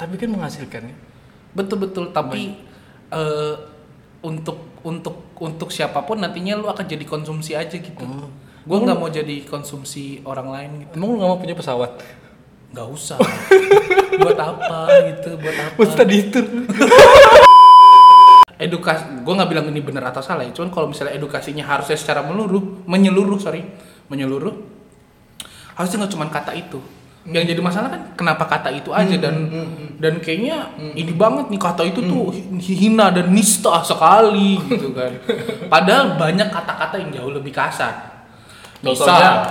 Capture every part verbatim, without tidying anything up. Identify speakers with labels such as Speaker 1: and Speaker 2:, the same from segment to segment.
Speaker 1: Tapi kan menghasilkan ya.
Speaker 2: Betul-betul, tapi uh, untuk untuk untuk siapapun nantinya lu akan jadi konsumsi aja gitu. Oh. Gue nggak mau jadi konsumsi orang lain gitu.
Speaker 1: Emang lu nggak mau punya pesawat?
Speaker 2: Nggak usah. Buat apa gitu? Buat apa?
Speaker 1: Ustaz itu.
Speaker 2: Edukasi, gue nggak bilang ini benar atau salah ya. Cuman kalau misalnya edukasinya harusnya secara menyeluruh, menyeluruh sorry, menyeluruh, harusnya nggak cuma kata itu. Hmm. Yang jadi masalah kan kenapa kata itu aja hmm, dan hmm, hmm. dan kayaknya hmm. ini banget nih kata itu hmm. tuh hina dan nista sekali gitu kan. Padahal banyak kata-kata yang jauh lebih kasar. Misal,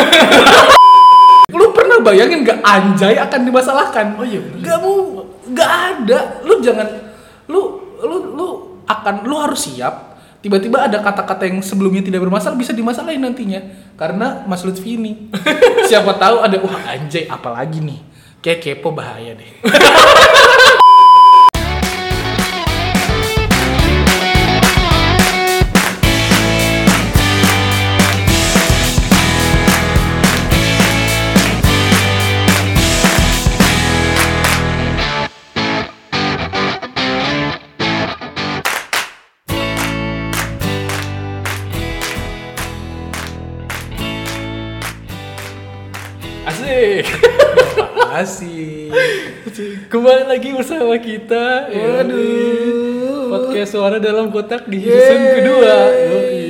Speaker 2: lu pernah bayangin gak anjay akan dimasalahkan?
Speaker 1: Oh iya,
Speaker 2: gak mau, gak ada. Lu jangan, lu lu lu akan, lu harus siap. Tiba-tiba ada kata-kata yang sebelumnya tidak bermasalah bisa dimasalahin nantinya karena Mas Lutfi ini. Siapa tahu ada wah anjay apalagi nih. Kayak kepo bahaya deh. Asik.
Speaker 1: Kembali lagi bersama kita.
Speaker 2: Waduh.
Speaker 1: Podcast Suara Dalam Kotak di season kedua. Yoi.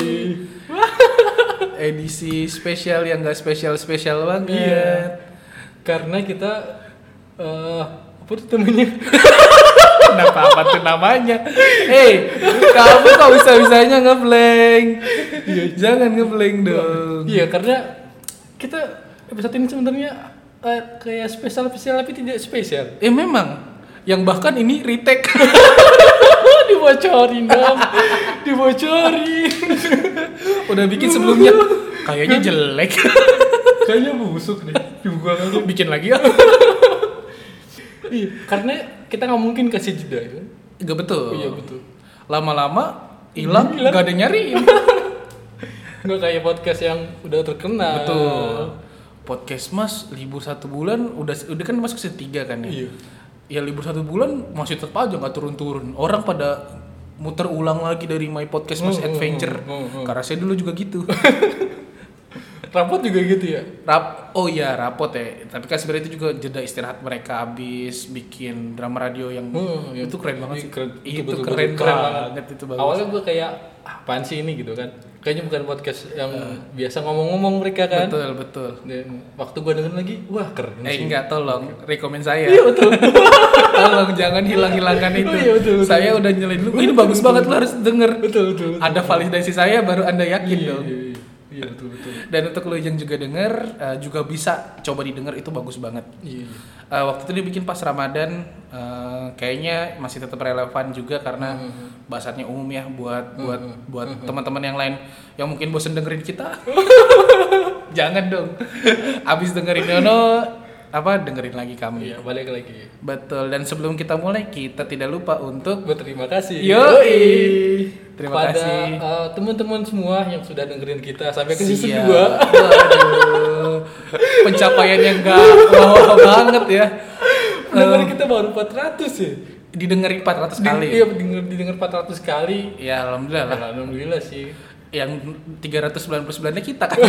Speaker 2: Edisi spesial yang gak spesial-spesial banget.
Speaker 1: Iya. Karena kita uh, apa tuh namanya?
Speaker 2: Kenapa apa tuh namanya? Hei, kamu kok bisa-bisanya ngeblank? Iya, jangan ngeblank dong.
Speaker 1: Iya, karena kita episode ini sebenarnya Uh, kayak spesial-spesial tapi tidak spesial.
Speaker 2: Eh memang, yang bahkan ini retake.
Speaker 1: Dibocorin dong, dibocorin.
Speaker 2: Udah bikin sebelumnya, kayaknya jelek.
Speaker 1: Kayaknya busuk deh. Juga aja
Speaker 2: bikin lagi ya.
Speaker 1: Iya, karena kita nggak mungkin kasih jeda ya.
Speaker 2: Gak betul.
Speaker 1: Oh, iya betul.
Speaker 2: Lama-lama hilang, gak ada nyariin.
Speaker 1: Nggak kayak podcast yang udah terkenal.
Speaker 2: Betul. Podcast Mas libur satu bulan udah udah kan masuk ketiga kan ya.
Speaker 1: Iya.
Speaker 2: Ya libur satu bulan masih tetap aja nggak turun-turun. Orang pada muter ulang lagi dari My Podcast Mas
Speaker 1: oh,
Speaker 2: Adventure.
Speaker 1: Oh, oh, oh.
Speaker 2: Karena saya dulu juga gitu.
Speaker 1: Rapot juga gitu ya?
Speaker 2: Rap, oh iya rapot ya. Tapi kan sebenarnya itu juga jeda istirahat mereka habis bikin drama radio yang
Speaker 1: oh,
Speaker 2: itu keren banget sih.
Speaker 1: Keren,
Speaker 2: itu
Speaker 1: betul,
Speaker 2: keren,
Speaker 1: betul,
Speaker 2: keren
Speaker 1: keren
Speaker 2: banget itu bagus.
Speaker 1: Awalnya gue kayak apaan sih ini gitu kan. Kayaknya bukan podcast yang uh, biasa ngomong-ngomong mereka kan.
Speaker 2: Betul, betul.
Speaker 1: Dan waktu gue denger lagi, wah keren
Speaker 2: eh,
Speaker 1: sih.
Speaker 2: Eh enggak, tolong rekomen saya.
Speaker 1: Iya betul.
Speaker 2: Tolong jangan hilang-hilangkan itu.
Speaker 1: Oh, iya, betul, betul.
Speaker 2: Saya udah nyelain lu. Ini bagus betul, banget betul. Lu harus denger.
Speaker 1: Betul, betul, betul.
Speaker 2: Ada validasi saya baru Anda yakin
Speaker 1: iya,
Speaker 2: dong.
Speaker 1: Iya, iya. Iya betul betul.
Speaker 2: Dan untuk lo yang juga denger uh, juga bisa coba didengar, itu bagus banget.
Speaker 1: Iya. iya.
Speaker 2: Uh, waktu itu dibikin pas Ramadan, uh, kayaknya masih tetap relevan juga karena mm-hmm. bahasannya umum ya buat buat mm-hmm. buat mm-hmm. teman-teman yang lain yang mungkin bosen dengerin kita. Jangan dong. Abis dengerin Yono apa dengerin lagi kami.
Speaker 1: Iya, balik lagi.
Speaker 2: Betul. Dan sebelum kita mulai kita tidak lupa untuk
Speaker 1: berterima kasih.
Speaker 2: Yoi. Terima
Speaker 1: Pada,
Speaker 2: kasih
Speaker 1: uh, teman-teman semua yang sudah dengerin kita sampai ke season dua.
Speaker 2: Waduh. Pencapaian yang enggak wow banget ya.
Speaker 1: Dengerin um, kita baru empat ratus ya.
Speaker 2: Didengerin empat ratus kali.
Speaker 1: Iya, didengar didengar empat ratus kali.
Speaker 2: Ya alhamdulillah lah.
Speaker 1: Alhamdulillah sih.
Speaker 2: Yang tiga ratus sembilan puluh sembilan-nya kita kan.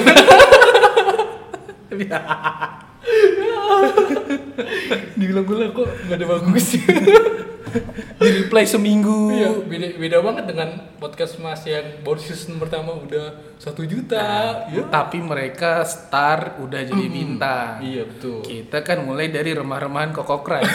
Speaker 1: Diulang-ulang kok enggak ada bagus.
Speaker 2: Di reply seminggu.
Speaker 1: Iya, beda, beda banget dengan podcast Mas yang baru season pertama udah satu juta. Nah,
Speaker 2: ya. Tapi mereka star udah jadi hmm, bintang.
Speaker 1: Iya betul.
Speaker 2: Kita kan mulai dari remah-remahan Koko Crunch.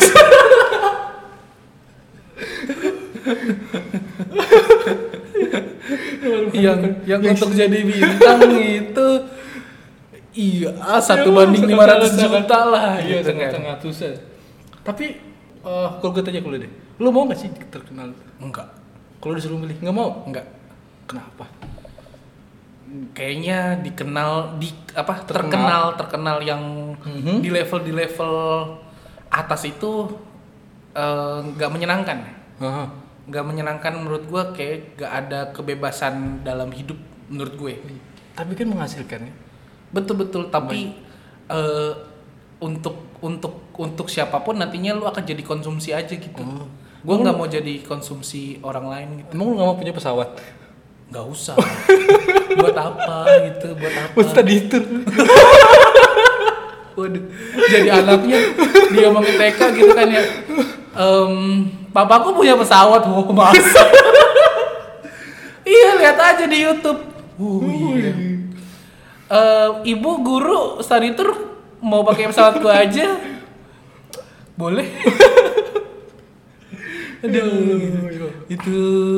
Speaker 2: yang yang untuk jadi bintang itu iya satu banding lima ratus juta lah.
Speaker 1: Iya,
Speaker 2: gitu
Speaker 1: sangat-sangat
Speaker 2: kan.
Speaker 1: susah. Tapi Uh, kalau gue tanya ke lu deh, lu mau gak sih terkenal?
Speaker 2: Enggak.
Speaker 1: Kalau disuruh milih, gak mau?
Speaker 2: Enggak.
Speaker 1: Kenapa?
Speaker 2: Kayaknya dikenal di apa terkenal terkenal, terkenal yang mm-hmm. di level di level atas itu nggak uh, menyenangkan.
Speaker 1: Uh-huh.
Speaker 2: Nggak menyenangkan menurut gue, kayak nggak ada kebebasan dalam hidup menurut gue.
Speaker 1: Tapi kan menghasilkan ya.
Speaker 2: Betul betul. Tapi uh, untuk untuk untuk siapapun nantinya lu akan jadi konsumsi aja gitu.
Speaker 1: Oh.
Speaker 2: Gue nggak mau jadi konsumsi orang lain gitu.
Speaker 1: Emang lu nggak mau punya pesawat?
Speaker 2: Nggak usah. Buat apa gitu? Buat apa?
Speaker 1: Pas tadi itu.
Speaker 2: Waduh. Jadi anaknya dia mau T K gitu kan ya. Um, papaku punya pesawat, wow masa. Iya lihat aja di YouTube. Oh, iya. Uh, ibu guru study tour mau pakai pesawatku aja, boleh? Aduh, itu.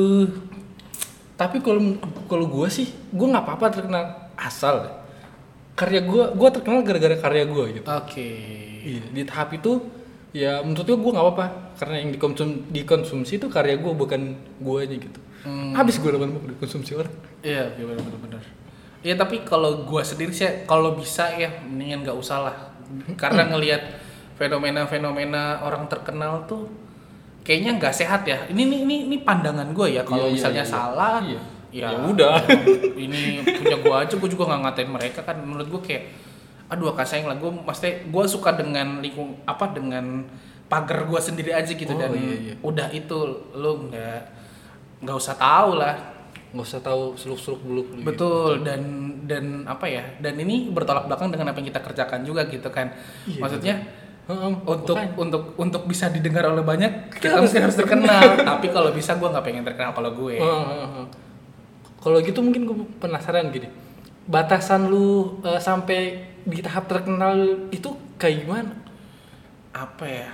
Speaker 1: Tapi kalau kalau gue sih, gue nggak apa-apa terkenal asal. Karya gue, gue terkenal gara-gara karya gue gitu.
Speaker 2: Oke. Okay.
Speaker 1: Iya, di tahap itu ya menurut gue gue nggak apa-apa karena yang dikonsum dikonsumsi itu karya gue bukan gue aja gitu. Hmm. Habis gue lama dikonsumsi orang.
Speaker 2: Iya, benar-benar. Iya tapi kalau gue sendiri sih kalau bisa ya mendingan nggak usah lah. Karena ngelihat fenomena-fenomena orang terkenal tuh kayaknya nggak sehat ya. Ini ini ini, ini pandangan gue ya. Kalau iya, misalnya iya, salah, iya. ya,
Speaker 1: ya udah.
Speaker 2: Ini punya gue aja, gue juga nggak ngatain mereka kan. Menurut gue kayak, aduh akak sayang lah. Gue pasti gue suka dengan lingkung apa dengan pagar gue sendiri aja gitu oh, dan iya, iya. udah itu lo nggak nggak usah tahu lah.
Speaker 1: Nggak usah tahu seluk-seluk beluk.
Speaker 2: Betul gitu. dan dan apa ya? Dan ini bertolak belakang dengan apa yang kita kerjakan juga gitu kan. Iya, Maksudnya. Betul. Um, untuk makanya. untuk untuk bisa didengar oleh banyak kita mesti harus terkenal. Tapi kalau bisa gue nggak pengen terkenal kalau gue. Uh, uh, uh.
Speaker 1: Kalau gitu mungkin gue penasaran gini. Batasan lu uh, sampai di tahap terkenal itu kayak gimana?
Speaker 2: Apa ya?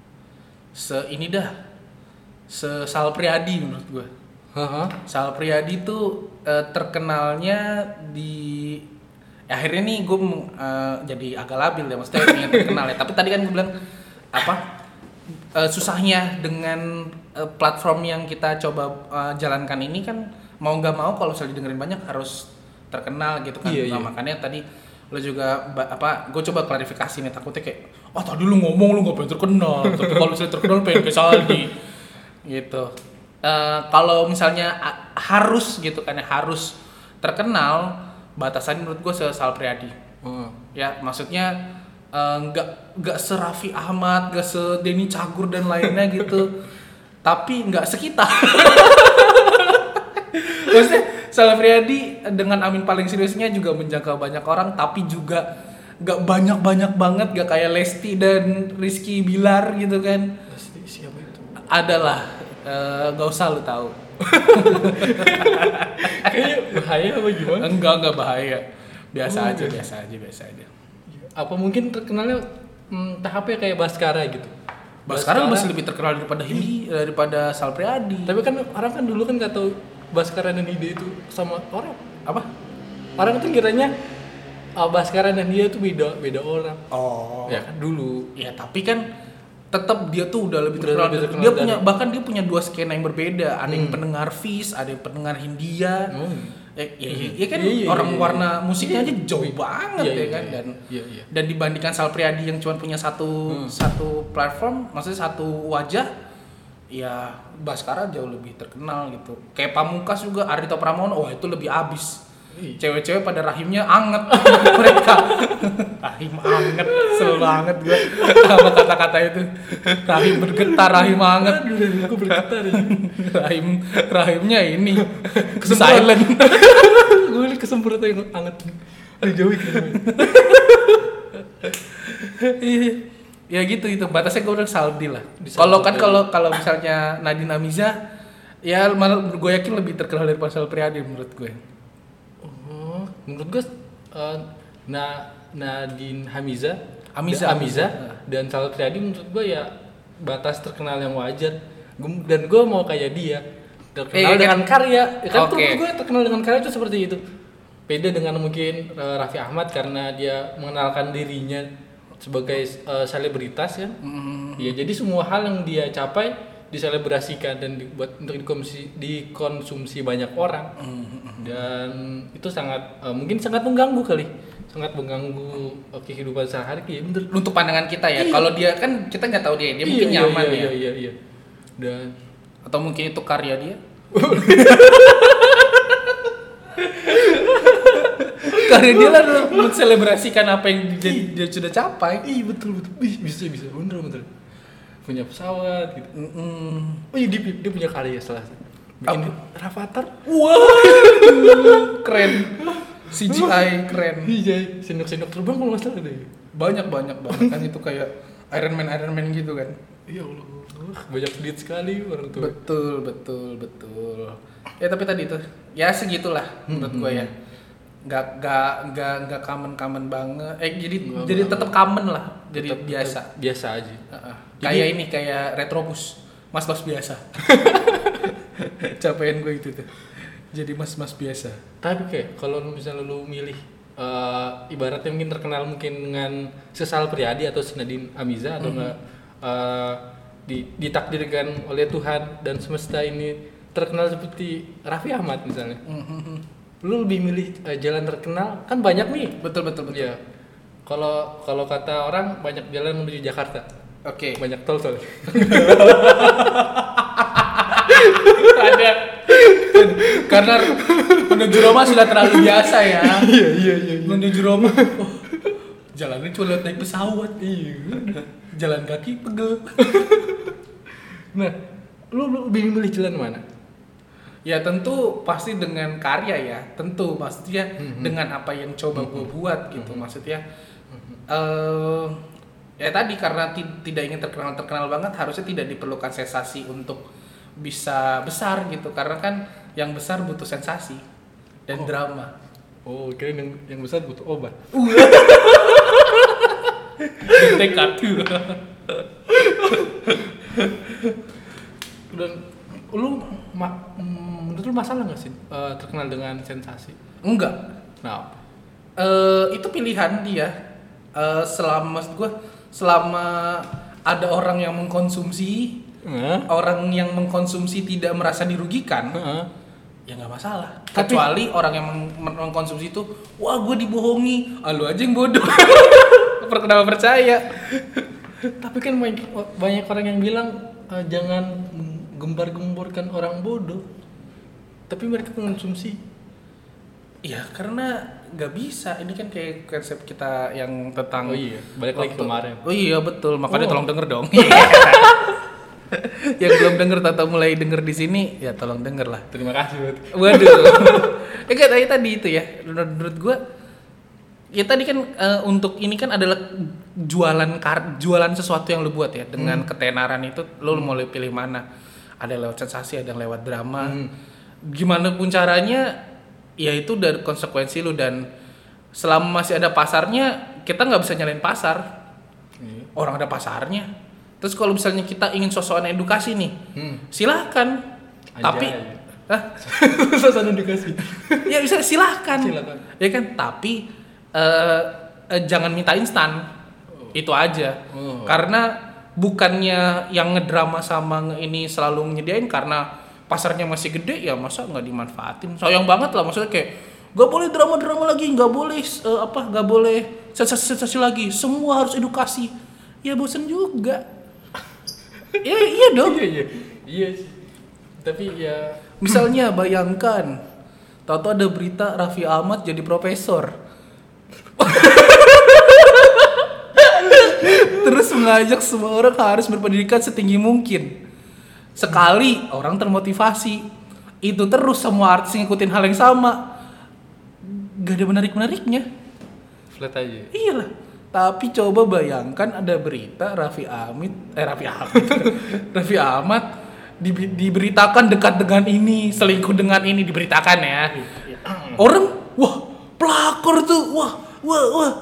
Speaker 2: Se ini dah. Se Sal Priadi menurut gue. Uh-huh. Sal Priadi tuh uh, terkenalnya di akhirnya nih gue uh, jadi agak labil ya maksudnya ingin terkenal ya tapi tadi kan gue bilang apa uh, susahnya dengan uh, platform yang kita coba uh, jalankan ini kan mau nggak mau kalau misalnya didengerin banyak harus terkenal gitu kan iya, nah, iya. Makanya tadi lo juga apa gue coba klarifikasi nih takutnya kayak oh tadi lu ngomong lu nggak pengen terkenal tapi kalau misalnya terkenal pengen kayak Saldi gitu uh, kalau misalnya uh, harus gitu kan ya harus terkenal batasan menurut gue se-Sal Priadi. Hmm. Ya, maksudnya nggak uh, nggak se-Raffi Ahmad, nggak se-Denny Cagur dan lainnya gitu. Tapi nggak sekitar. Maksudnya Sal Priadi dengan Amin paling seriusnya juga menjangkau banyak orang, tapi juga nggak banyak-banyak banget, nggak kayak Lesti dan Rizky Bilar gitu kan.
Speaker 1: Lesti siapa itu?
Speaker 2: Adalah, nggak uh, usah lu tahu.
Speaker 1: Kayaknya bahaya apa gimana?
Speaker 2: Enggak, enggak bahaya. Biasa oh, aja, okay. biasa aja, biasa aja.
Speaker 1: Apa mungkin terkenalnya hmm, tahapnya kayak Baskara gitu?
Speaker 2: Baskara masih lebih terkenal daripada Hindi, daripada Sal Priadi.
Speaker 1: Tapi kan orang kan dulu kan nggak tahu Baskara dan Hindi itu sama orang.
Speaker 2: Apa?
Speaker 1: Orang tuh kiranya uh, Baskara dan dia tuh beda beda orang.
Speaker 2: Oh.
Speaker 1: Ya kan dulu.
Speaker 2: Ya tapi kan tetap dia tuh udah lebih terkenal. Udah lebih terkenal dia punya dari... bahkan dia punya dua skena yang berbeda. Ada hmm. yang pendengar Fis, ada yang pendengar Hindia. Hmm. Ya, ya, ya, ya kan iya, iya, orang iya, iya. warna musiknya iya. aja jauh iya. banget iya, ya kan iya, dan iya, iya. dan dibandingkan Sal Priadi yang cuma punya satu hmm. satu platform, maksudnya satu wajah, ya Baskara jauh lebih terkenal gitu. Kayak Pamungkas juga, Ardhito Pramono, wah itu lebih abis. Cewek-cewek pada rahimnya anget mereka. Rahim anget, selalu anget gue sama kata-kata itu. Rahim bergetar, rahim anget.
Speaker 1: Aku bergetar ya.
Speaker 2: Rahim, rahimnya ini silent.
Speaker 1: Gue kesemprot yang anget. Aduh jauh gitu.
Speaker 2: Ya gitu itu batasnya gue udah Saldi lah. Kalau kan kalau kalau misalnya Nadine Amiza, ya malah gue yakin lebih terkenal daripada Sal Priadi menurut gue.
Speaker 1: Menurut gue uh, na Nadine Hamiza,
Speaker 2: Amiza,
Speaker 1: Amiza dan Sal Priadi menurut gue ya batas terkenal yang wajar. Gua, dan gue mau kayak dia terkenal eh, dengan kan, karya. Kan okay. Gue terkenal dengan karya itu seperti itu. Beda dengan mungkin uh, Raffi Ahmad karena dia mengenalkan dirinya sebagai uh, selebritas kan. Mm-hmm. Ya jadi semua hal yang dia capai diselebrasikan dan dibuat untuk dikonsumsi, dikonsumsi banyak orang mm-hmm. dan itu sangat uh, mungkin sangat mengganggu kali sangat mengganggu uh, kehidupan sehari-hari ya bener.
Speaker 2: Untuk pandangan kita ya iya. Kalau dia kan kita nggak tahu dia dia
Speaker 1: iya,
Speaker 2: mungkin
Speaker 1: iya,
Speaker 2: nyaman
Speaker 1: iya,
Speaker 2: ya
Speaker 1: iya, iya, iya. Dan
Speaker 2: atau mungkin itu karya dia karya dia lah menselebrasikan apa yang dia, dia sudah capai.
Speaker 1: Iya betul betul. Ih, bisa bisa bener bener. Punya pesawat gitu.
Speaker 2: Mm-mm.
Speaker 1: Oh iya dia, dia punya karya salah. Bikin Rafathar.
Speaker 2: Wow, keren. C G I keren.
Speaker 1: Iya, sendok-sendok terbang kalau nggak salah deh.
Speaker 2: Banyak banyak banget kan itu kayak Iron Man Iron Man gitu kan.
Speaker 1: Ya Allah, banyak duit sekali orang tua.
Speaker 2: Betul betul betul. Ya tapi tadi tuh ya segitulah menurut gue ya. Gak gak gak gak common common banget. Eh jadi
Speaker 1: Nggak
Speaker 2: jadi
Speaker 1: banget.
Speaker 2: tetap common lah. Jadi
Speaker 1: Tetap-
Speaker 2: biasa.
Speaker 1: tetap biasa aja.
Speaker 2: Uh-uh.
Speaker 1: Jadi-
Speaker 2: Kayak ini kayak Retrobus, mas-mas biasa. Capaian gue itu tuh. Jadi mas-mas biasa.
Speaker 1: Tapi kayak kalau lu misalnya lu milih eh, ibaratnya mungkin terkenal mungkin dengan Sesal Priadi atau Nadine Amiza atau enggak eh, di, ditakdirkan oleh Tuhan dan semesta ini terkenal seperti Raffi Ahmad misalnya. Lu lebih milih eh, jalan terkenal kan banyak nih.
Speaker 2: Betul betul betul.
Speaker 1: Iya. Kalau kalau kata orang banyak jalan menuju Jakarta.
Speaker 2: Oke.
Speaker 1: Banyak tol soalnya.
Speaker 2: Ada. Karena menuju Roma sudah terlalu biasa ya.
Speaker 1: Iya iya iya.
Speaker 2: Menuju Roma. Oh, jalannya cuma lihat naik pesawat. Iya. Jalan kaki pegel.
Speaker 1: Nah, lu, lu lebih milih jalan mana?
Speaker 2: Ya tentu pasti dengan karya ya. Tentu maksudnya
Speaker 1: Mhm.
Speaker 2: dengan apa yang coba
Speaker 1: Mhm.
Speaker 2: gue buat gitu. Maksudnya eh ya tadi karena ti- tidak ingin terkenal terkenal banget harusnya tidak diperlukan sensasi untuk bisa besar gitu. Karena kan yang besar butuh sensasi dan
Speaker 1: Oh.
Speaker 2: drama.
Speaker 1: Oh, kira yang yang besar butuh obat.
Speaker 2: Tekad.
Speaker 1: Dan lu ma- mm, menurut lu masalah nggak sih eh, terkenal dengan sensasi?
Speaker 2: Enggak.
Speaker 1: Nah,
Speaker 2: Eh itu pilihan dia. Eh selama maksud gue selama ada orang yang mengkonsumsi,
Speaker 1: Hah?
Speaker 2: orang yang mengkonsumsi tidak merasa dirugikan,
Speaker 1: Heeh.
Speaker 2: ya nggak masalah.
Speaker 1: Tapi-
Speaker 2: Kecuali orang yang meng- meng- mengkonsumsi itu, wah gue dibohongi, ah, lu aja yang bodoh. Kenapa percaya?
Speaker 1: Tapi kan banyak, banyak orang yang bilang eh, jangan gembar-gemborkan orang bodoh. Tapi mereka mengkonsumsi.
Speaker 2: Ya karena nggak bisa. Ini kan kayak konsep kita yang tentang.
Speaker 1: Oh iya, balik lagi
Speaker 2: waktu-
Speaker 1: kemarin.
Speaker 2: Oh iya betul. Makanya
Speaker 1: Oh.
Speaker 2: tolong denger dong. Yang belum denger atau mulai denger di sini, ya tolong denger lah.
Speaker 1: Terima kasih buat.
Speaker 2: Waduh. Ya kayak tadi tadi itu ya. Menurut, menurut gua ya tadi kan eh, untuk ini kan adalah jualan kar jualan sesuatu yang lu buat ya dengan ketenaran itu lu mau pilih mana? Ada lewat sensasi, ada yang lewat drama.
Speaker 1: Hmm.
Speaker 2: Gimana pun caranya ya itu dari konsekuensi lu dan selama masih ada pasarnya kita nggak bisa nyalain pasar.
Speaker 1: Iya.
Speaker 2: Orang ada pasarnya. Terus kalau misalnya kita ingin sosokan edukasi nih,
Speaker 1: Hmm.
Speaker 2: silahkan.
Speaker 1: Anjay.
Speaker 2: Tapi Hah?
Speaker 1: Suasana edukasi.
Speaker 2: Ya bisa silahkan.
Speaker 1: Silakan.
Speaker 2: Ya kan, tapi eh, eh, jangan minta instan. Itu aja.
Speaker 1: Oh.
Speaker 2: Karena bukannya yang ngedrama sama nge- ini selalu nyediain karena pasarnya masih gede ya masa nggak dimanfaatin. Sayang banget lah maksudnya kayak nggak boleh drama-drama lagi, nggak boleh eh, apa nggak boleh sensasi-sensasi lagi. Semua harus edukasi. Ya bosen juga. Ya iya dong.
Speaker 1: Iya iya. Iya sih. Tapi ya
Speaker 2: Misalnya bayangkan, tahu-tahu ada berita Raffi Ahmad jadi profesor. Terus mengajak semua orang harus berpendidikan setinggi mungkin. Sekali orang termotivasi, itu terus semua artis ngikutin hal yang sama. Gak ada menarik-menariknya.
Speaker 1: flat aja.
Speaker 2: Iyalah. Tapi coba bayangkan ada berita Raffi Ahmad, eh Raffi Ahmad, Raffi Ahmad di- diberitakan dekat dengan ini, selingkuh dengan ini diberitakan ya. Orang, wah pelakor tuh, wah, wah, wah,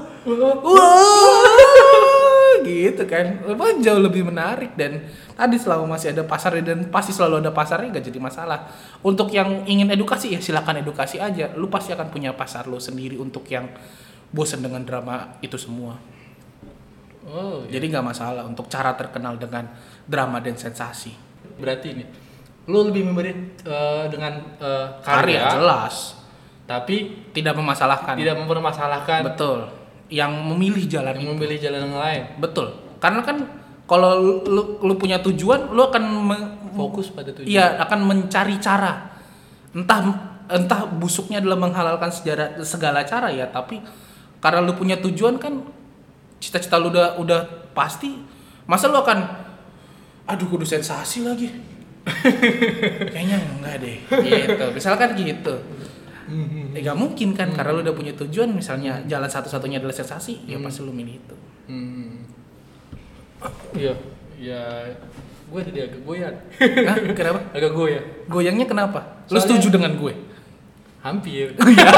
Speaker 2: wah, gitu kan. Memang jauh lebih menarik dan tadi selama masih ada pasarnya dan pasti selalu ada pasarnya gak jadi masalah. Untuk yang ingin edukasi ya silakan edukasi aja. Lu pasti akan punya pasar lu sendiri untuk yang bosan dengan drama itu semua.
Speaker 1: Oh, iya.
Speaker 2: Jadi nggak masalah untuk cara terkenal dengan drama dan sensasi.
Speaker 1: Berarti ini lu lebih memberi eh, dengan eh,
Speaker 2: Karya
Speaker 1: karya,
Speaker 2: jelas,
Speaker 1: tapi
Speaker 2: tidak memasalahkan.
Speaker 1: tidak mempermasalahkan
Speaker 2: Betul. Yang memilih jalan
Speaker 1: yang
Speaker 2: itu.
Speaker 1: memilih jalan yang lain.
Speaker 2: Betul. Karena kan kalau lu, lu, lu punya tujuan, lu akan me-
Speaker 1: Fokus pada tujuan.
Speaker 2: Iya, akan mencari cara. Entah entah busuknya adalah menghalalkan sejarah segala cara ya, tapi karena lu punya tujuan kan, cita-cita lu udah udah pasti, masa lu akan aduh kudu sensasi lagi. Kayaknya enggak deh. Gitu. Misalkan gitu. Eh, gak mungkin kan, karena lu udah punya tujuan, misalnya jalan satu-satunya adalah sensasi, ya pasti lu milih itu.
Speaker 1: Hmm. Iya, ya gue jadi agak goyang.
Speaker 2: Hah? Kenapa?
Speaker 1: Agak goyang.
Speaker 2: Goyangnya kenapa? Lu
Speaker 1: Soalnya-
Speaker 2: setuju dengan gue?
Speaker 1: Hampir.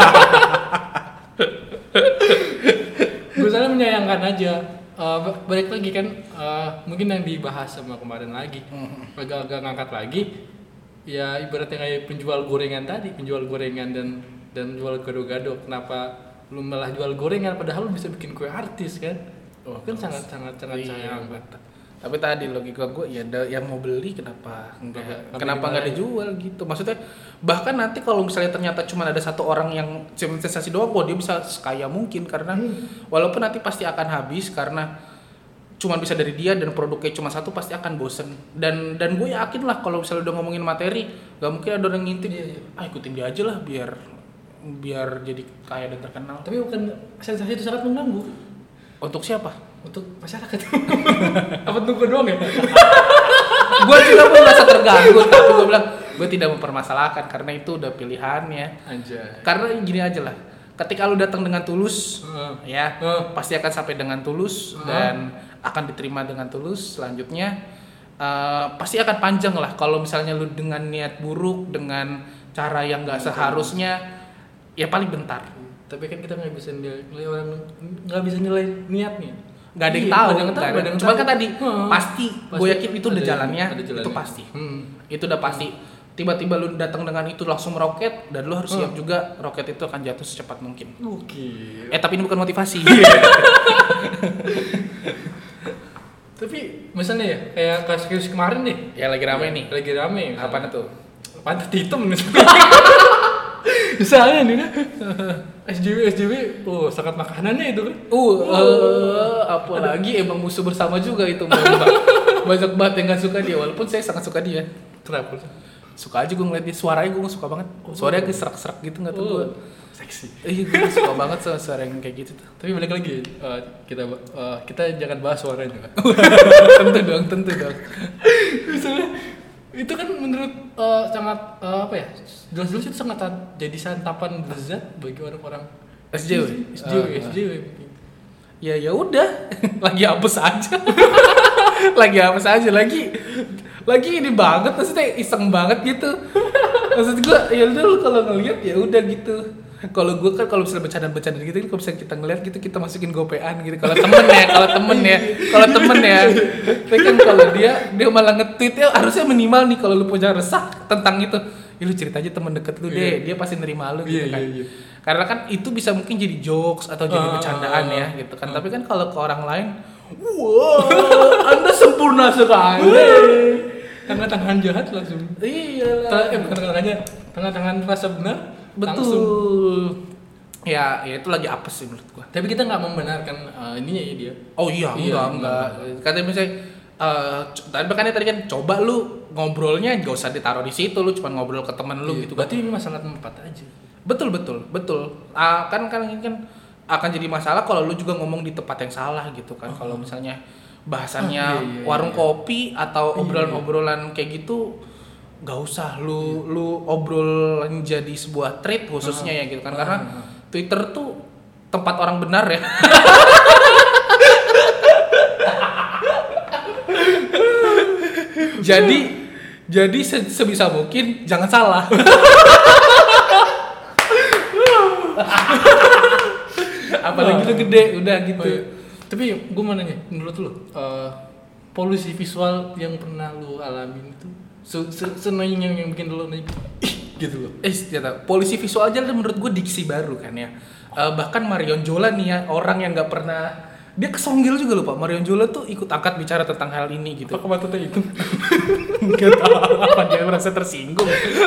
Speaker 1: Gue soalnya menyayangkan aja. Uh, balik lagi kan, uh, mungkin yang dibahas sama kemarin lagi, agak-agak ngangkat lagi. Ya ibaratnya kayak penjual gorengan tadi, penjual gorengan dan dan jual gado-gado. Kenapa lu malah jual gorengan padahal lu bisa bikin kue artis kan?
Speaker 2: Oh,
Speaker 1: kan sangat sangat sangat
Speaker 2: iya,
Speaker 1: sayang.
Speaker 2: betul. Tapi tadi logika gue ya ada yang mau beli kenapa enggak,
Speaker 1: Ya,
Speaker 2: kenapa nggak
Speaker 1: gimana?
Speaker 2: dijual gitu. Maksudnya bahkan nanti kalau misalnya ternyata cuma ada satu orang yang cuma sensasi doang, kok dia bisa sekaya mungkin karena walaupun nanti pasti akan habis karena cuma bisa dari dia dan produknya cuma satu, pasti akan bosen. Dan dan gue yakin lah kalau misalnya udah ngomongin materi, gak mungkin ada orang ngintip.
Speaker 1: Iya, iya.
Speaker 2: Ah ikutin dia aja lah biar biar jadi kaya dan terkenal.
Speaker 1: Tapi bukan sensasi itu sangat mengganggu
Speaker 2: Untuk siapa?
Speaker 1: untuk masyarakat. Apa untuk gue doang ya?
Speaker 2: Gue juga pun merasa terganggu, tapi gue bilang gue tidak mempermasalahkan karena itu udah pilihannya.
Speaker 1: Anjay.
Speaker 2: Karena gini aja lah, ketika lu datang dengan tulus,
Speaker 1: Heeh.
Speaker 2: ya
Speaker 1: Heeh.
Speaker 2: pasti akan sampai dengan tulus
Speaker 1: Heeh.
Speaker 2: dan akan diterima dengan tulus. Selanjutnya eh, pasti akan panjang lah. Kalau misalnya lu dengan niat buruk, dengan cara yang nggak seharusnya, ya paling bentar.
Speaker 1: Tapi kan kita nggak bisa nilai, nilai orang, nggak bisa nilai niatnya.
Speaker 2: Nggak ada yang
Speaker 1: Iya,
Speaker 2: tahu,
Speaker 1: nggak ada yang tahu,
Speaker 2: nggak ada-
Speaker 1: nggak ada yang
Speaker 2: cuma
Speaker 1: tahu.
Speaker 2: kan tadi
Speaker 1: Heeh.
Speaker 2: pasti, gue
Speaker 1: Pasti
Speaker 2: yakin itu udah
Speaker 1: ada-
Speaker 2: jalannya,
Speaker 1: ada jalannya.
Speaker 2: itu pasti.
Speaker 1: Hmm.
Speaker 2: Itu udah pasti. Tiba-tiba lu datang dengan itu langsung meroket dan lu harus
Speaker 1: Hmm.
Speaker 2: siap juga roket itu akan jatuh secepat mungkin.
Speaker 1: Oke.
Speaker 2: Eh tapi ini bukan motivasi.
Speaker 1: Tapi misalnya ya, kayak kasus kemarin nih.
Speaker 2: Ya lagi rame nih.
Speaker 1: Lagi rame.
Speaker 2: Apaan tuh?
Speaker 1: Pantat hitam nih. Misalnya nih kan. S J W S J W, oh sangat makanannya itu kan.
Speaker 2: Uh, uh apalagi emang musuh bersama juga itu Mbak. Banyak banget yang gak suka dia, walaupun saya sangat suka dia.
Speaker 1: Kenapa?
Speaker 2: Suka aja gue ngeliat dia, suaranya gue suka banget. Suaranya agak serak-serak gitu gak tau gue.
Speaker 1: Seksi.
Speaker 2: Iya gue suka banget sama suara yang kayak gitu tuh.
Speaker 1: Tapi balik lagi, eh, kita eh, kita jangan bahas suaranya kan.
Speaker 2: Tentu dong, tentu dong.
Speaker 1: Misalnya itu kan menurut eh, sangat eh, apa ya? Jelas-jelas itu sangat jadi santapan lezat bagi orang-orang
Speaker 2: S J W?
Speaker 1: S J W,
Speaker 2: Ah,
Speaker 1: S J W.
Speaker 2: Ya ya udah, lagi apes aja. Lagi apes aja lagi. Lagi ini banget, maksudnya iseng banget gitu. Maksud gue ya udah lu kalau ngeliat ya udah gitu. Kalau gue kan kalau misalnya bercanda-bercanda gitu, kalau misalnya kita ngeliat gitu kita masukin gopean gitu. Kalau temen ya, kalau temen ya, kalau temen ya. Tapi kan kalau dia dia malah nge-tweet ya harusnya minimal nih kalau lu punya resah tentang itu. Ya lu cerita aja temen deket lu deh, dia pasti nerima lu gitu
Speaker 1: Iya,
Speaker 2: kan.
Speaker 1: iya, iya.
Speaker 2: Karena kan itu bisa mungkin jadi jokes atau jadi
Speaker 1: Ah,
Speaker 2: bercandaan
Speaker 1: ah,
Speaker 2: ya
Speaker 1: ah,
Speaker 2: gitu kan. Tapi kan kalau ke orang lain, wow, Anda sempurna sekali.
Speaker 1: Tangan-tangan jahat langsung.
Speaker 2: Iya
Speaker 1: Ta-
Speaker 2: lah.
Speaker 1: eh bukan tangan-tangan, tangan-tangan rasa benar. Langsung.
Speaker 2: Betul. Ya, ya itu lagi apes sih menurut gua.
Speaker 1: Tapi kita nggak membenarkan eh, ininya ya dia.
Speaker 2: Oh iya,
Speaker 1: Iya,
Speaker 2: enggak, enggak. Katanya misalnya eh c- tadi makanya tadi kan coba lu ngobrolnya gak usah ditaruh di situ, lu cuma ngobrol ke temen lu
Speaker 1: Iya,
Speaker 2: gitu kan.
Speaker 1: berarti ini masalah tempat aja.
Speaker 2: Betul betul betul. Ah, kan kan ini kan akan jadi masalah kalau lu juga ngomong di tempat yang salah gitu kan. Kalau misalnya bahasannya
Speaker 1: Ah, iya, iya,
Speaker 2: warung
Speaker 1: iya.
Speaker 2: kopi atau
Speaker 1: Iya,
Speaker 2: obrolan-obrolan kayak gitu, gak usah lu lu obrolan jadi sebuah thread khususnya ya gitu kan.
Speaker 1: Ah,
Speaker 2: Karena
Speaker 1: ah.
Speaker 2: Twitter tuh tempat orang benar ya. jadi jadi se- sebisa mungkin jangan salah. Apalagi lu gede udah gitu.
Speaker 1: Oh, iya. Tapi gue mau nanya, menurut lu eh, polusi visual yang pernah lu alamin itu se- se- seneng yang, yang bikin lu nih ih gitu loh.
Speaker 2: Eh, ternyata polisi visual aja menurut gue diksi baru kan ya. Eh, bahkan Marion Jola nih ya, orang yang nggak pernah, dia kesonggil juga lupa. Marion Jola tuh ikut angkat bicara tentang hal ini gitu.
Speaker 1: Apa kematannya itu?
Speaker 2: Gak tahu apa dia merasa tersinggung.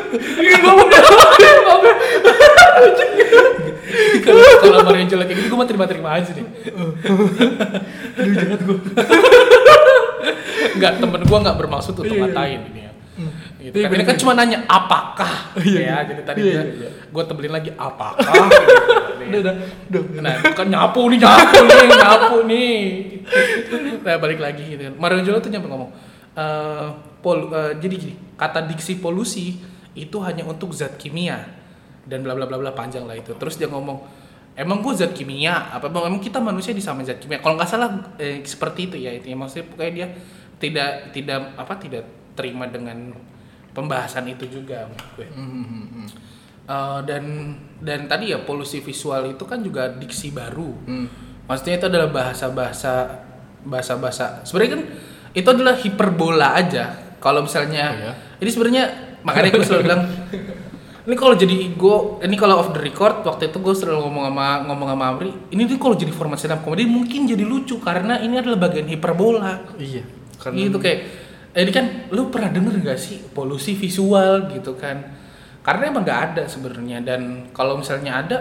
Speaker 2: Kalau kalau Marion Jola kayak gitu gue mah terima-terima aja deh.
Speaker 1: Aduh jahat gue.
Speaker 2: Enggak, temen gue nggak bermaksud untuk
Speaker 1: Iya, iya.
Speaker 2: ngatain ini ya. Gitu kan. Ini kan cuma nanya apakah ya, jadi tadi
Speaker 1: iya,
Speaker 2: dia
Speaker 1: iya.
Speaker 2: gue tebelin lagi apakah gitu.
Speaker 1: Udah, udah, udah.
Speaker 2: Nah, kan nyapu nih, nyapu nih, nyapu nih. Nah, balik lagi gitu kan. Mario Jolo tuh nyampe ngomong, uh, pol, uh, jadi gini, kata diksi polusi itu hanya untuk zat kimia dan bla bla bla bla panjang lah itu. Terus dia ngomong, emang gue zat kimia? Apa emang kita manusia disamain zat kimia? Kalau nggak salah eh, seperti itu ya, itu ya maksudnya pokoknya dia tidak tidak apa tidak terima dengan pembahasan itu juga menurut gue.
Speaker 1: Mm-hmm.
Speaker 2: Uh, dan dan tadi ya polusi visual itu kan juga diksi baru.
Speaker 1: Mm.
Speaker 2: Maksudnya itu adalah bahasa-bahasa bahasa-bahasa. Sebenarnya kan itu adalah hiperbola aja. Kalau misalnya
Speaker 1: oh, ya?
Speaker 2: ini sebenarnya makanya gue selalu bilang ini kalau jadi gue ini kalau off the record waktu itu gue selalu ngomong sama ngomong sama Amri, ini tuh kalau jadi format stand up comedy mungkin jadi lucu karena ini adalah bagian hiperbola.
Speaker 1: Iya.
Speaker 2: Karena gitu kayak eh, ini kan lu pernah denger gak sih polusi visual gitu kan? Karena emang nggak ada sebenarnya dan kalau misalnya ada,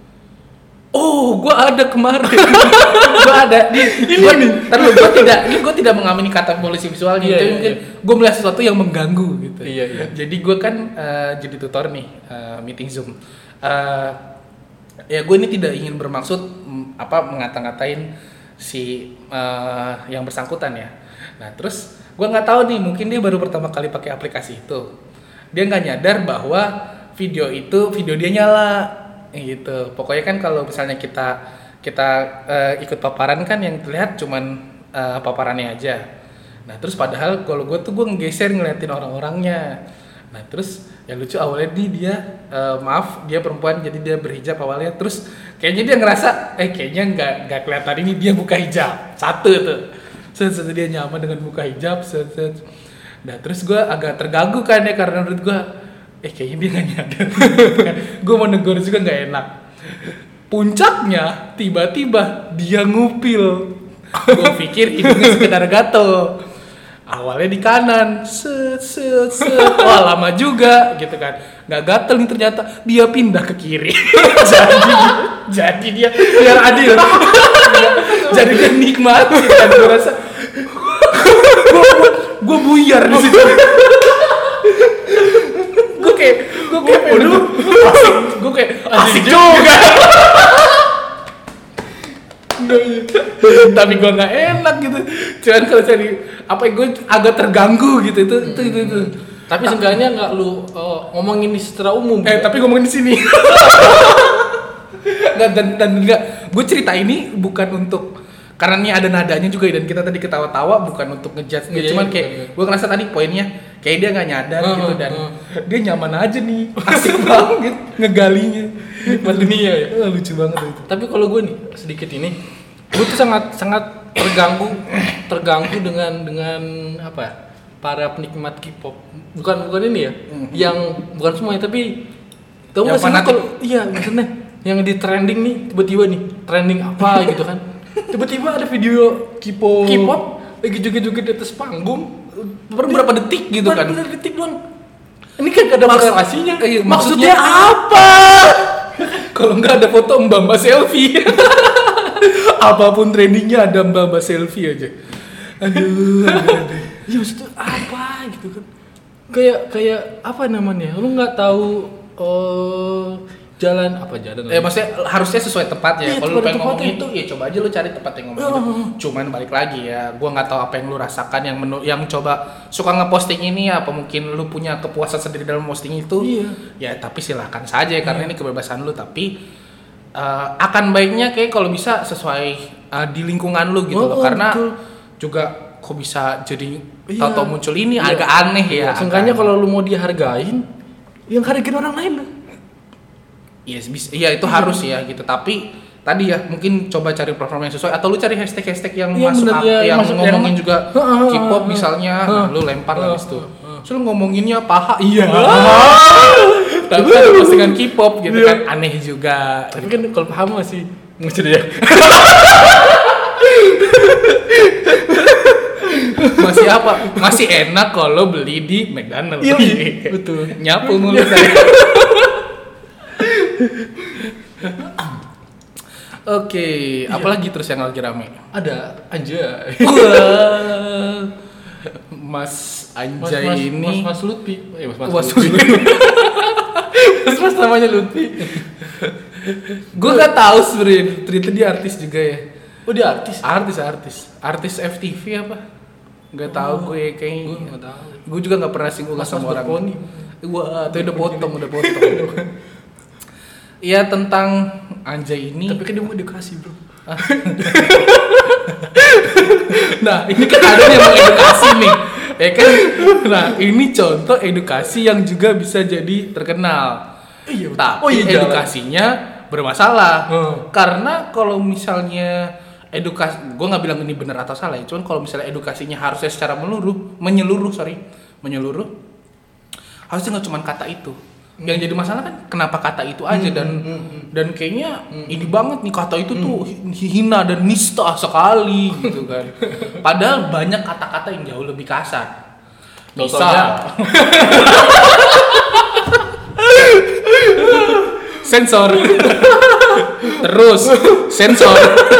Speaker 2: oh gue ada kemarin, gue ada di ini nih. Terus gue tidak, ini gue tidak mengamini kata polusi visual gitu,
Speaker 1: iya, iya,
Speaker 2: mungkin
Speaker 1: iya.
Speaker 2: gue melihat sesuatu yang mengganggu gitu.
Speaker 1: Iya, iya.
Speaker 2: Jadi gue kan uh, jadi tutor nih uh, meeting Zoom. Uh, ya gue ini tidak ingin bermaksud mm, apa mengata-ngatain si uh, yang bersangkutan ya. Nah terus gue nggak tahu nih, mungkin dia baru pertama kali pakai aplikasi itu. Dia nggak nyadar bahwa video itu video dia nyala gitu. Pokoknya kan kalau misalnya kita kita uh, ikut paparan kan yang terlihat cuman uh, paparannya aja. Nah terus padahal kalau gue tuh gue ngegeser ngeliatin orang-orangnya. Nah terus yang lucu awalnya nih dia uh, maaf dia perempuan jadi dia berhijab awalnya. Terus kayaknya dia ngerasa eh kayaknya nggak nggak kelihatan ini dia buka hijab satu tuh. Setelah dia nyaman dengan buka hijab, set, set. Nah terus gue agak terganggu kan ya karena menurut gue, eh kayaknya dia nggak nyadar. Gue mau negur juga nggak enak. Puncaknya tiba-tiba dia ngupil. Gue pikir hidungnya sekedar gatel. Awalnya di kanan, set set set. Wah lama juga gitu kan. Nggak gatel nih ternyata dia pindah ke kiri. jadi jadi dia biar adil. Jadi dia nikmati kan gue rasa. Gue buyar di situ. Gue kayak gue kayak waduh asik. Gue kayak asik juga. Tapi gue nggak enak gitu. Cuman kalau cari apa gue agak terganggu gitu itu itu itu. itu.
Speaker 1: Tapi seenggaknya nggak lu uh, ngomongin ini secara umum.
Speaker 2: Eh tapi ngomongin di sini. Nggak dan dan nggak. Gue cerita ini bukan untuk karena ini ada nadanya juga dan kita tadi ketawa-tawa bukan untuk ngejudge dia, cuman kayak gue ngerasa tadi poinnya kayak dia nggak nyadar uh, gitu dan uh. dia nyaman aja nih asik banget ngegalinya
Speaker 1: nikmat dunia ya.
Speaker 2: Uh, lucu banget itu.
Speaker 1: Tapi kalau gue nih sedikit ini, gue tuh sangat sangat terganggu terganggu dengan dengan apa ya, para penikmat K-pop. Bukan bukan ini ya, mm-hmm. yang bukan semuanya tapi tahu nggak sih kalau iya maksudnya yang di trending nih tiba-tiba nih trending apa gitu kan. Tiba-tiba ada video K-pop, K-pop lagi joget-joget di atas panggung
Speaker 2: beberapa detik gitu kan.
Speaker 1: Beberapa detik doang. Ini kan gak ada relasinya.
Speaker 2: Eh, maksudnya,
Speaker 1: maksudnya apa?
Speaker 2: Kalau nggak ada foto mbak-mbak selfie. Apapun trendingnya ada mbak-mbak selfie aja. Aduh, aduh, aduh.
Speaker 1: Ya maksudnya apa gitu kan? Kayak kayak apa namanya? Lu nggak tahu oh jalan apa jalan
Speaker 2: eh maksudnya harusnya sesuai tempat ya.
Speaker 1: Iya,
Speaker 2: kalau lu pengen ngomong
Speaker 1: itu.
Speaker 2: itu ya coba aja lu cari tempat yang ngomong
Speaker 1: uh,
Speaker 2: itu. Cuman balik lagi ya, gua nggak tahu apa yang lu rasakan yang menu, yang coba suka ngeposting ini apa mungkin lu punya kepuasan sendiri dalam posting itu.
Speaker 1: Iya.
Speaker 2: Ya tapi silakan saja ya, karena ini kebebasan lu, tapi uh, akan baiknya kayak kalau bisa sesuai uh, di lingkungan lu gitu
Speaker 1: oh,
Speaker 2: loh. Karena
Speaker 1: betul.
Speaker 2: juga kok bisa jadi
Speaker 1: iya.
Speaker 2: tahu muncul ini
Speaker 1: iya.
Speaker 2: agak aneh ya.
Speaker 1: Seenggaknya kalau lu mau dihargain, yang hargain orang lain lah.
Speaker 2: Iya, yes, iya itu hmm. harus ya gitu. Tapi tadi ya mungkin coba cari platform yang sesuai atau lu cari hashtag-hashtag yang
Speaker 1: ya,
Speaker 2: masuk
Speaker 1: bener, ya,
Speaker 2: yang
Speaker 1: masuk
Speaker 2: ngomongin
Speaker 1: yang,
Speaker 2: juga
Speaker 1: uh, uh,
Speaker 2: K-pop
Speaker 1: uh,
Speaker 2: misalnya, uh, nah, lu lempar uh, lah di situ.
Speaker 1: Uh, uh.
Speaker 2: So lu ngomonginnya paha, iya.
Speaker 1: Uh,
Speaker 2: Tapi ada postingan K-pop gitu
Speaker 1: iya.
Speaker 2: kan aneh juga.
Speaker 1: Tapi kan kalau paham masih muncul ya.
Speaker 2: Masih apa? Masih enak kalau beli di McDonald's.
Speaker 1: Iya, betul.
Speaker 2: Nyapu mulu saya. Oke, okay,
Speaker 1: iya.
Speaker 2: apalagi terus yang lagi rame?
Speaker 1: Ada anjay.
Speaker 2: Mas
Speaker 1: Mas
Speaker 2: Anjay
Speaker 1: Mas
Speaker 2: ini
Speaker 1: Mas Mas Lutfi. Eh Mas Mas,
Speaker 2: Mas
Speaker 1: Lutfi. Mas Mas namanya Lutfi.
Speaker 2: gue nggak tahu sebenarnya ternyata dia artis juga ya.
Speaker 1: Oh dia artis.
Speaker 2: Artis artis artis F T V apa? Nggak tahu
Speaker 1: Oh,
Speaker 2: gue kayaknya.
Speaker 1: Gue nggak tahu.
Speaker 2: Gue juga nggak pernah singgung
Speaker 1: Mas
Speaker 2: sama
Speaker 1: Mas
Speaker 2: orang.
Speaker 1: berponi.
Speaker 2: Wah, itu udah potong, udah potong. Iya tentang Anjay ini.
Speaker 1: Tapi kan dia mau edukasi bro.
Speaker 2: Nah ini kan ada yang mau edukasi nih, ya kan? Nah ini contoh edukasi yang juga bisa jadi terkenal.
Speaker 1: Iya.
Speaker 2: Tapi
Speaker 1: Oh, iya,
Speaker 2: edukasinya bermasalah.
Speaker 1: Hmm.
Speaker 2: Karena kalau misalnya edukasi, gue nggak bilang ini benar atau salah ya. Cuman kalau misalnya edukasinya harusnya secara menyeluruh, menyeluruh sorry, menyeluruh, harusnya nggak cuma kata itu. Yang jadi masalah kan kenapa kata itu aja
Speaker 1: Hmm,
Speaker 2: dan
Speaker 1: hmm, hmm.
Speaker 2: dan kayaknya ini banget nih kata itu tuh hina dan nista sekali gitu kan. Padahal banyak kata-kata yang jauh lebih kasar.
Speaker 1: Contohnya?
Speaker 2: Bisa. Sensor. Terus sensor.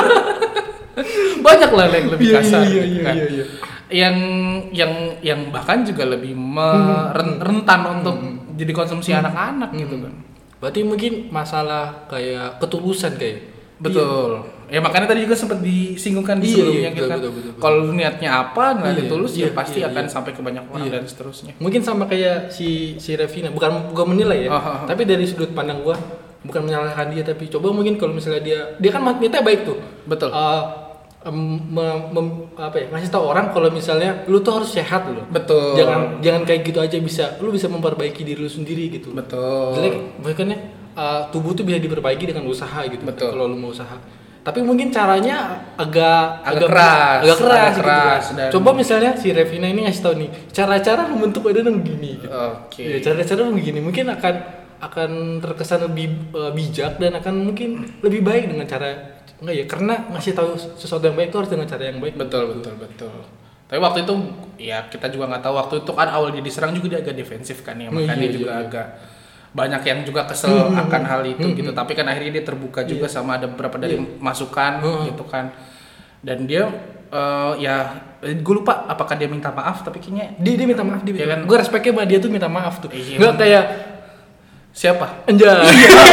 Speaker 2: Banyak lah yang lebih
Speaker 1: Iya,
Speaker 2: kasar.
Speaker 1: iya,
Speaker 2: gitu
Speaker 1: iya,
Speaker 2: kan.
Speaker 1: iya, iya.
Speaker 2: Yang yang yang bahkan juga lebih me- ren- rentan untuk jadi konsumsi anak-anak gitu kan.
Speaker 1: Berarti mungkin masalah kayak ketulusan kayak.
Speaker 2: Betul. Ya makanya tadi juga sempat disinggungkan di
Speaker 1: Iya,
Speaker 2: sebelumnya
Speaker 1: iya,
Speaker 2: gitu
Speaker 1: betul,
Speaker 2: kan.
Speaker 1: betul, betul, betul.
Speaker 2: Kalau niatnya apa, niatnya
Speaker 1: Iya,
Speaker 2: tulus
Speaker 1: iya,
Speaker 2: ya pasti
Speaker 1: iya,
Speaker 2: akan
Speaker 1: iya.
Speaker 2: sampai ke banyak orang
Speaker 1: Iya.
Speaker 2: dan seterusnya.
Speaker 1: Mungkin sama kayak si si Revina, bukan bukan menilai ya,
Speaker 2: Oh, oh, oh.
Speaker 1: tapi dari sudut pandang gua bukan menyalahkan dia, tapi coba mungkin kalau misalnya dia dia kan niatnya baik tuh.
Speaker 2: Betul.
Speaker 1: Eh, em, mem- mem- apa ya, ngasih tahu orang kalau misalnya lu tuh harus sehat loh.
Speaker 2: Betul.
Speaker 1: Jangan jangan kayak gitu aja, bisa lu bisa memperbaiki diri lu sendiri gitu.
Speaker 2: Betul.
Speaker 1: Jadi bukannya uh, tubuh tuh bisa diperbaiki dengan usaha gitu.
Speaker 2: Betul.
Speaker 1: Kalau lu mau usaha. Tapi mungkin caranya agak
Speaker 2: Agak keras,
Speaker 1: agak keras,
Speaker 2: agak
Speaker 1: gitu
Speaker 2: keras
Speaker 1: kan.
Speaker 2: dan-
Speaker 1: Coba misalnya si Revina ini ngasih tahu nih, cara-cara membentuk badan yang begini gitu.
Speaker 2: Oke.
Speaker 1: Ya, cara-cara begini mungkin akan akan terkesan lebih uh, bijak dan akan mungkin lebih baik dengan cara enggak ya, karena ngasih tahu sesuatu yang baik itu harus dengan cara yang baik.
Speaker 2: Betul, betul, betul. Tapi waktu itu ya kita juga nggak tahu, waktu itu kan awal dia diserang juga dia agak defensif kan ya,
Speaker 1: Oh,
Speaker 2: makanya
Speaker 1: iya,
Speaker 2: dia juga
Speaker 1: iya.
Speaker 2: agak banyak yang juga kesel
Speaker 1: Hmm,
Speaker 2: akan
Speaker 1: hmm,
Speaker 2: hal itu
Speaker 1: hmm,
Speaker 2: gitu.
Speaker 1: hmm.
Speaker 2: Tapi kan akhirnya dia terbuka juga
Speaker 1: Iya.
Speaker 2: sama ada beberapa dari
Speaker 1: Iya.
Speaker 2: masukan
Speaker 1: Hmm.
Speaker 2: gitu kan. Dan dia eh, ya gue lupa apakah dia minta maaf, tapi kayaknya
Speaker 1: Dia dia minta maaf dia.
Speaker 2: Iya kan?
Speaker 1: Gue respeknya sama dia tuh minta maaf tuh.
Speaker 2: Iya,
Speaker 1: Enggak
Speaker 2: emang.
Speaker 1: kayak
Speaker 2: siapa?
Speaker 1: anjay.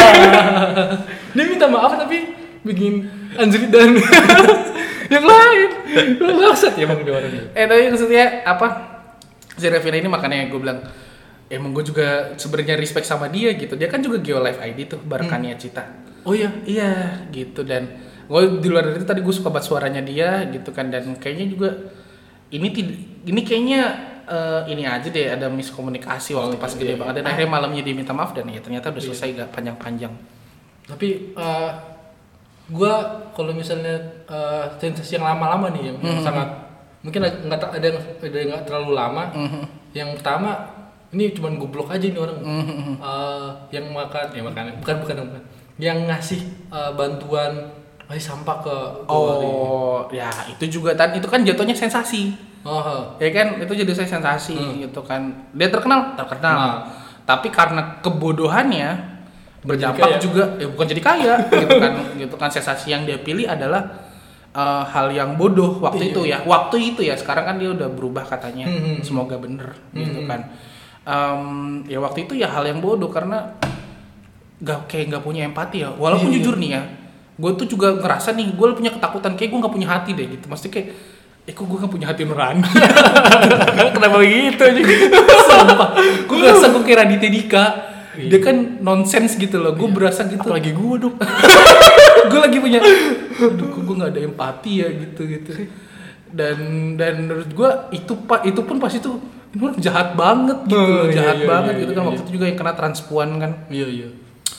Speaker 1: Dia minta maaf tapi bikin anjrit dan yang lain. Lu maksud ya emang dia orangnya.
Speaker 2: Eh tapi maksudnya apa? Si Revina ini makanya gue bilang emang gue juga sebenarnya respect sama dia gitu. Dia kan juga Geolive I D tuh, Barakania Cita.
Speaker 1: Oh iya.
Speaker 2: Iya gitu, dan gue di luar dari itu tadi gue suka banget suaranya dia gitu kan, dan kayaknya juga ini tid- ini kayaknya eh, ini aja deh ada miskomunikasi waktu
Speaker 1: Oh,
Speaker 2: pas
Speaker 1: iya,
Speaker 2: gede
Speaker 1: iya.
Speaker 2: banget, dan akhirnya malamnya dia minta maaf dan ya ternyata udah selesai gak panjang-panjang.
Speaker 1: Tapi uh, gue kalau misalnya uh, sensasi yang lama-lama nih yang, yang sangat mungkin ag- nggak ta- ada yang ada yang nggak terlalu lama. Yang pertama ini cuman goblok aja nih orang. Uh, yang makan ya makan bukan bukan bukan yang ngasih uh, bantuan ngasih sampah ke ke warga.
Speaker 2: Oh ya itu juga kan, itu kan jatuhnya sensasi.
Speaker 1: Oh,
Speaker 2: Ya kan itu jadi saya sensasi
Speaker 1: Hmm.
Speaker 2: gitu kan. Dia terkenal, terkenal.
Speaker 1: Nah.
Speaker 2: Tapi karena kebodohannya
Speaker 1: Jadi
Speaker 2: berdampak
Speaker 1: kaya.
Speaker 2: juga ya bukan jadi kaya gitu kan. Gitu kan sensasi yang dia pilih adalah uh, hal yang bodoh waktu
Speaker 1: Iya.
Speaker 2: itu ya. Waktu itu ya. Sekarang kan dia udah berubah katanya.
Speaker 1: Hmm, hmm, hmm.
Speaker 2: Semoga bener gitu
Speaker 1: Hmm.
Speaker 2: kan. Um, ya waktu itu ya hal yang bodoh karena gak kayak nggak punya empati ya. Walaupun
Speaker 1: Iya.
Speaker 2: jujur nih ya, gue tuh juga ngerasa nih gue punya ketakutan kayak gue nggak punya hati deh gitu. Maksudnya kayak eh kok gue gak punya hati nurani.
Speaker 1: kenapa begitu aja?
Speaker 2: Sumpah, gue ngerasa gue kayak Raditya Dika. Dia kan nonsens gitu loh, gue berasa gitu.
Speaker 1: Apalagi gue dong.
Speaker 2: Gue lagi punya, aduh kok gue gak ada empati ya gitu gitu. Dan dan menurut gue itu pak itu pun pas itu ini orang jahat banget gitu,
Speaker 1: Oh,
Speaker 2: loh,
Speaker 1: iya,
Speaker 2: jahat
Speaker 1: iya,
Speaker 2: banget
Speaker 1: iya,
Speaker 2: gitu kan.
Speaker 1: iya.
Speaker 2: Waktu itu juga yang kena transpuan kan.
Speaker 1: Iya iya.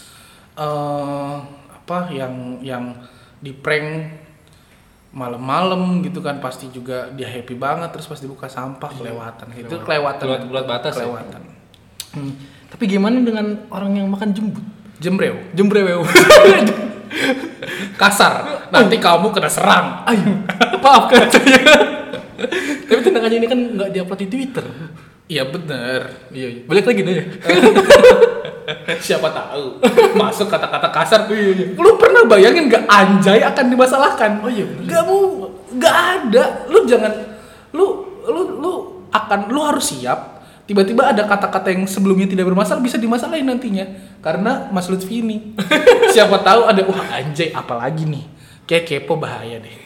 Speaker 2: eh apa yang yang di prank malam-malam gitu kan, pasti juga dia happy banget, terus pas dibuka sampah kelewatan. Itu kelewatan.
Speaker 1: Kelewat- kelewat batas ya?
Speaker 2: Kelewatan.
Speaker 1: Hmm. Tapi gimana dengan orang yang makan jembut?
Speaker 2: Jembreu.
Speaker 1: Jembreweu.
Speaker 2: Kasar. Nanti kamu kena serang.
Speaker 1: Ayo, maafkan saya. Tapi tenang aja, ini kan nggak diupload di Twitter.
Speaker 2: Iya bener.
Speaker 1: Iya, iya. Balik lagi deh.
Speaker 2: Siapa tahu masuk kata-kata kasar. Lu pernah bayangin gak anjay akan dimasalahkan?
Speaker 1: Oh iya,
Speaker 2: Gak
Speaker 1: bener.
Speaker 2: mau, gak ada. Lu jangan, lu lu lu akan lu harus siap tiba-tiba ada kata-kata yang sebelumnya tidak bermasalah bisa dimasalahin nantinya karena Mas Lutfi ini. Siapa tahu ada wah anjay apalagi nih. Kayak kepo bahaya deh.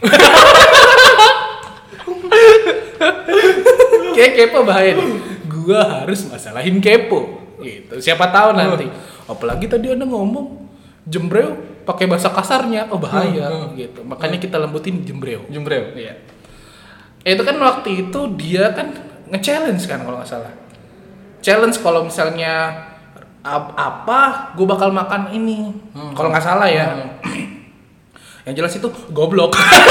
Speaker 2: Kayak kepo bahaya deh. Gua harus masalahin kepo gitu. Siapa tahu nanti. Apalagi tadi Anda ngomong jembreo pakai bahasa kasarnya, oh bahaya hmm, hmm. gitu. Makanya kita lembutin jembreo.
Speaker 1: Jembreo.
Speaker 2: Iya. Itu kan waktu itu dia kan nge-challenge kan kalau nggak salah. Challenge kalau misalnya apa, gue bakal makan ini. Hmm. Kalau nggak salah ya. Hmm. Yang jelas itu goblok.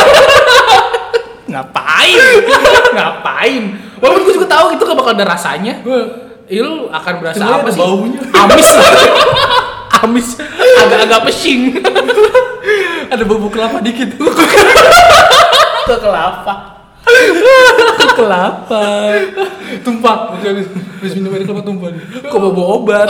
Speaker 2: Ngapain? Ngapain? Walaupun gue juga tahu itu gak bakal ada rasanya. Itu akan berasa
Speaker 1: sebenarnya
Speaker 2: apa sih?
Speaker 1: Baunya.
Speaker 2: Amis lah. Amis. Agak-agak pesing.
Speaker 1: Ada bubuk kelapa dikit.
Speaker 2: Ke kelapa.
Speaker 1: Ke kelapa. Tumpah. Habis habis minum air kelapa tumpah.
Speaker 2: Kok bawa obat?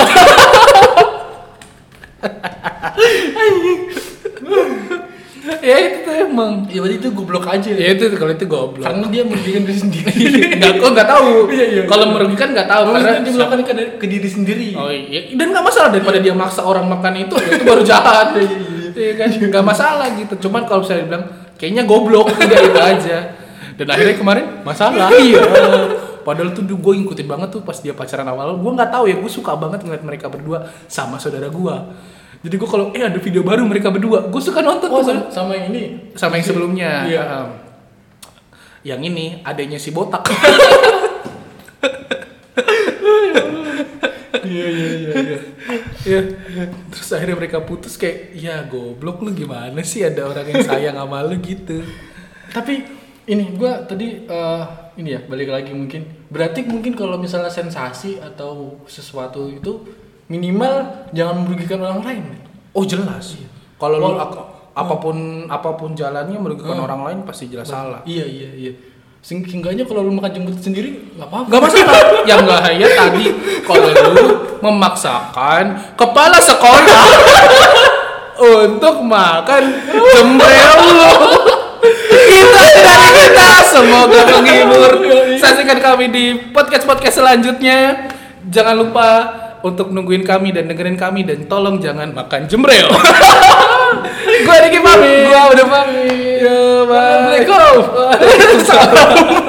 Speaker 2: Ya itu tuh emang.
Speaker 1: Ya berarti itu goblok aja.
Speaker 2: Ya itu kalau itu goblok.
Speaker 1: Karena dia merugikan diri sendiri.
Speaker 2: Enggak, kok enggak tahu.
Speaker 1: Iya, iya.
Speaker 2: Kalau merugikan enggak tahu
Speaker 1: oh,
Speaker 2: karena
Speaker 1: dia melakukan ke, ke diri sendiri.
Speaker 2: Oh iya. Dan enggak masalah daripada dia maksa orang makan itu, itu baru jahat. Iya kan? Enggak masalah gitu. Cuman kalau misalnya dibilang kayaknya goblok, udah itu aja. Dan akhirnya kemarin masalah. Iya. Padahal tuh gue ngikutin banget tuh pas dia pacaran awal. Gue nggak tahu ya, gue suka banget ngeliat mereka berdua sama saudara gue. Jadi gue kalau eh ada video baru mereka berdua, gue suka nonton
Speaker 1: oh,
Speaker 2: tuh.
Speaker 1: Sama, sama yang ini,
Speaker 2: sama yang sebelumnya.
Speaker 1: Iya.
Speaker 2: Um, yang ini adanya si botak.
Speaker 1: Iya iya iya iya.
Speaker 2: Ya. Terus akhirnya mereka putus kayak, ya goblok lu gimana sih ada orang yang sayang sama lu gitu.
Speaker 1: Tapi ini gue tadi uh, ini ya balik lagi mungkin. Berarti mungkin kalau misalnya sensasi atau sesuatu itu minimal jangan merugikan orang lain.
Speaker 2: Oh jelas. Iya. Kalau lu ak- apapun
Speaker 1: oh.
Speaker 2: apapun jalannya merugikan oh. orang lain pasti jelas Betul. Salah.
Speaker 1: Iya iya iya. Sehingga kalau lu makan jemput sendiri nggak apa-apa.
Speaker 2: Nggak masalah. Yang bahaya tadi kalau lu memaksakan kepala sekolah untuk makan jembreo lu. Itu dari kita. Semoga menghibur. Saksikan kami di podcast-podcast selanjutnya. Jangan lupa untuk nungguin kami dan dengerin kami dan tolong jangan makan jembreo. Gue Diki pamit.
Speaker 1: Gue udah pamit.
Speaker 2: Yo, bye. Assalamualaikum.